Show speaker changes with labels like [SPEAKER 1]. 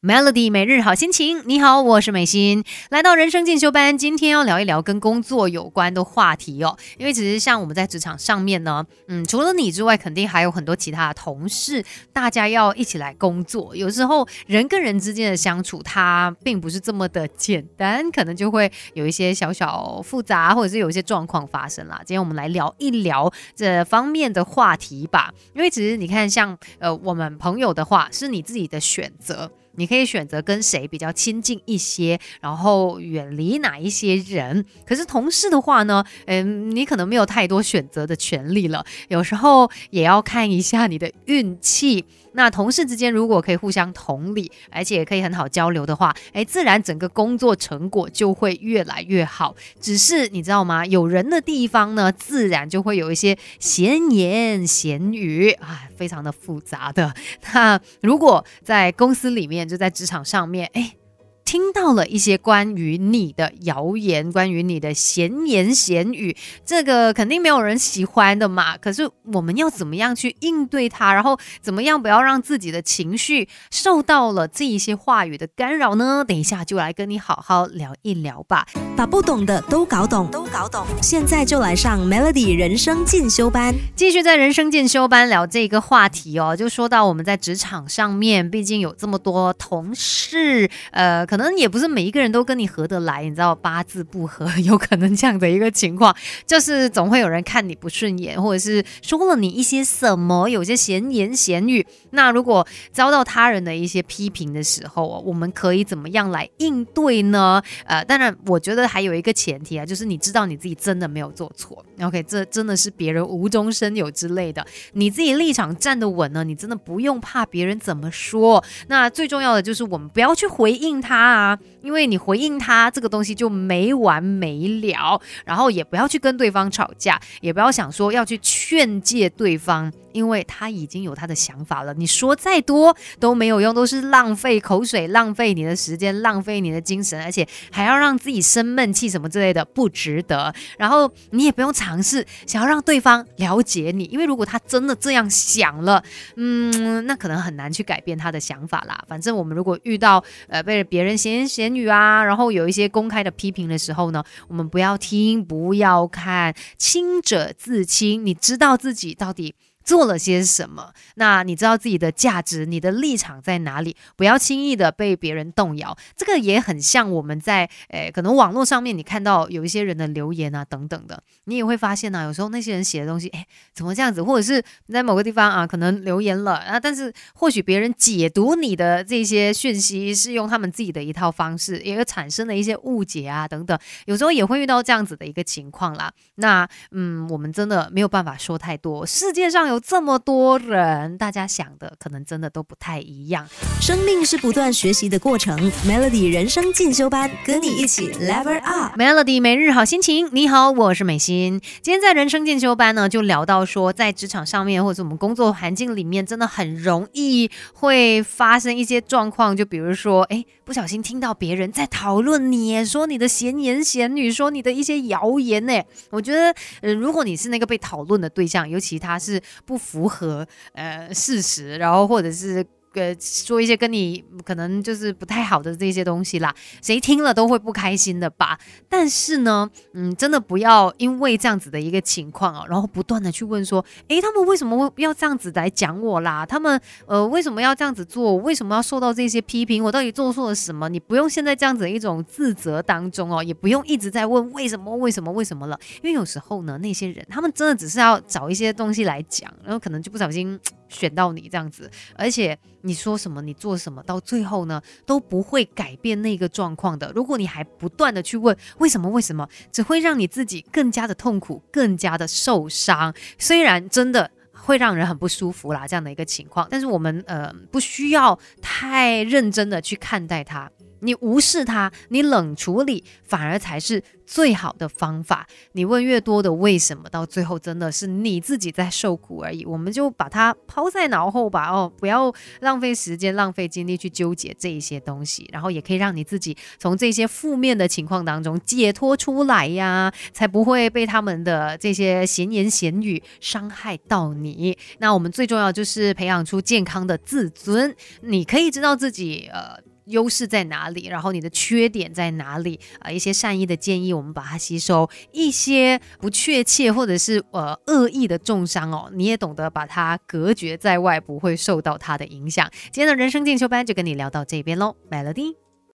[SPEAKER 1] Melody 每日好心情，你好，我是美心，来到人生进修班，今天要聊一聊跟工作有关的话题哦。因为其实像我们在职场上面呢，除了你之外，肯定还有很多其他的同事，大家要一起来工作。有时候人跟人之间的相处，它并不是这么的简单，可能就会有一些小小复杂，或者是有一些状况发生啦。今天我们来聊一聊这方面的话题吧。因为其实你看像，我们朋友的话，是你自己的选择。你可以选择跟谁比较亲近一些，然后远离哪一些人。可是同事的话呢，你可能没有太多选择的权利了，有时候也要看一下你的运气。那同事之间如果可以互相同理，而且也可以很好交流的话，自然整个工作成果就会越来越好。只是你知道吗？有人的地方呢，自然就会有一些闲言闲语啊，非常的复杂的。那如果在公司里面，就在职场上面，听到了一些关于你的谣言，关于你的闲言闲语，这个肯定没有人喜欢的嘛。可是我们要怎么样去应对它，然后怎么样不要让自己的情绪受到了这一些话语的干扰呢？等一下就来跟你好好聊一聊吧，
[SPEAKER 2] 把不懂的都搞懂，现在就来上 Melody 人生进修班。
[SPEAKER 1] 继续在人生进修班聊这个话题哦，就说到我们在职场上面，毕竟有这么多同事，可能也不是每一个人都跟你合得来，你知道八字不合，有可能这样的一个情况，就是总会有人看你不顺眼，或者是说了你一些什么，有些闲言闲语。那如果遭到他人的一些批评的时候，我们可以怎么样来应对呢？当然我觉得还有一个前提啊，就是你知道你自己真的没有做错 ，OK， 这真的是别人无中生有之类的，你自己立场站得稳呢，你真的不用怕别人怎么说。那最重要的就是我们不要去回应他啊，因为你回应他这个东西就没完没了，然后也不要去跟对方吵架，也不要想说要去劝诫对方，因为他已经有他的想法了，你说再多都没有用，都是浪费口水，浪费你的时间，浪费你的精神，而且还要让自己生闷气什么之类的，不值得。然后你也不用尝试想要让对方了解你，因为如果他真的这样想了，那可能很难去改变他的想法啦。反正我们如果遇到被别人闲言闲语啊，然后有一些公开的批评的时候呢，我们不要听，不要看，清者自清，你知道自己到底做了些什么，那你知道自己的价值，你的立场在哪里，不要轻易的被别人动摇。这个也很像我们在可能网络上面你看到有一些人的留言啊等等的，你也会发现啊，有时候那些人写的东西怎么这样子，或者是你在某个地方啊可能留言了啊，但是或许别人解读你的这些讯息是用他们自己的一套方式，也产生了一些误解啊等等，有时候也会遇到这样子的一个情况啦。那我们真的没有办法说太多，世界上有这么多人，大家想的可能真的都不太一样。
[SPEAKER 2] 生命是不断学习的过程， Melody 人生进修班，跟你一起 Level Up。
[SPEAKER 1] Melody 每日好心情，你好，我是美心。今天在人生进修班呢，就聊到说在职场上面或者我们工作环境里面，真的很容易会发生一些状况，就比如说不小心听到别人在讨论你，说你的闲言闲语，说你的一些谣言我觉得如果你是那个被讨论的对象，尤其他是不符合事实，然后或者是说一些跟你可能就是不太好的这些东西啦，谁听了都会不开心的吧。但是呢真的不要因为这样子的一个情况然后不断的去问说他们为什么要这样子来讲我啦，他们为什么要这样子做，为什么要受到这些批评，我到底做错了什么。你不用现在这样子的一种自责当中也不用一直在问为什么了，因为有时候呢那些人他们真的只是要找一些东西来讲，然后可能就不小心选到你这样子，而且你说什么你做什么到最后呢都不会改变那个状况的。如果你还不断的去问为什么，只会让你自己更加的痛苦，更加的受伤。虽然真的会让人很不舒服啦这样的一个情况，但是我们不需要太认真的去看待它，你无视它，你冷处理，反而才是最好的方法。你问越多的为什么，到最后真的是你自己在受苦而已。我们就把它抛在脑后吧不要浪费时间浪费精力去纠结这一些东西，然后也可以让你自己从这些负面的情况当中解脱出来呀，才不会被他们的这些闲言闲语伤害到你。那我们最重要就是培养出健康的自尊，你可以知道自己优势在哪里，然后你的缺点在哪里一些善意的建议我们把它吸收，一些不确切或者是恶意的重伤你也懂得把它隔绝在外，不会受到它的影响。今天的人生进修班就跟你聊到这边咯， Melody。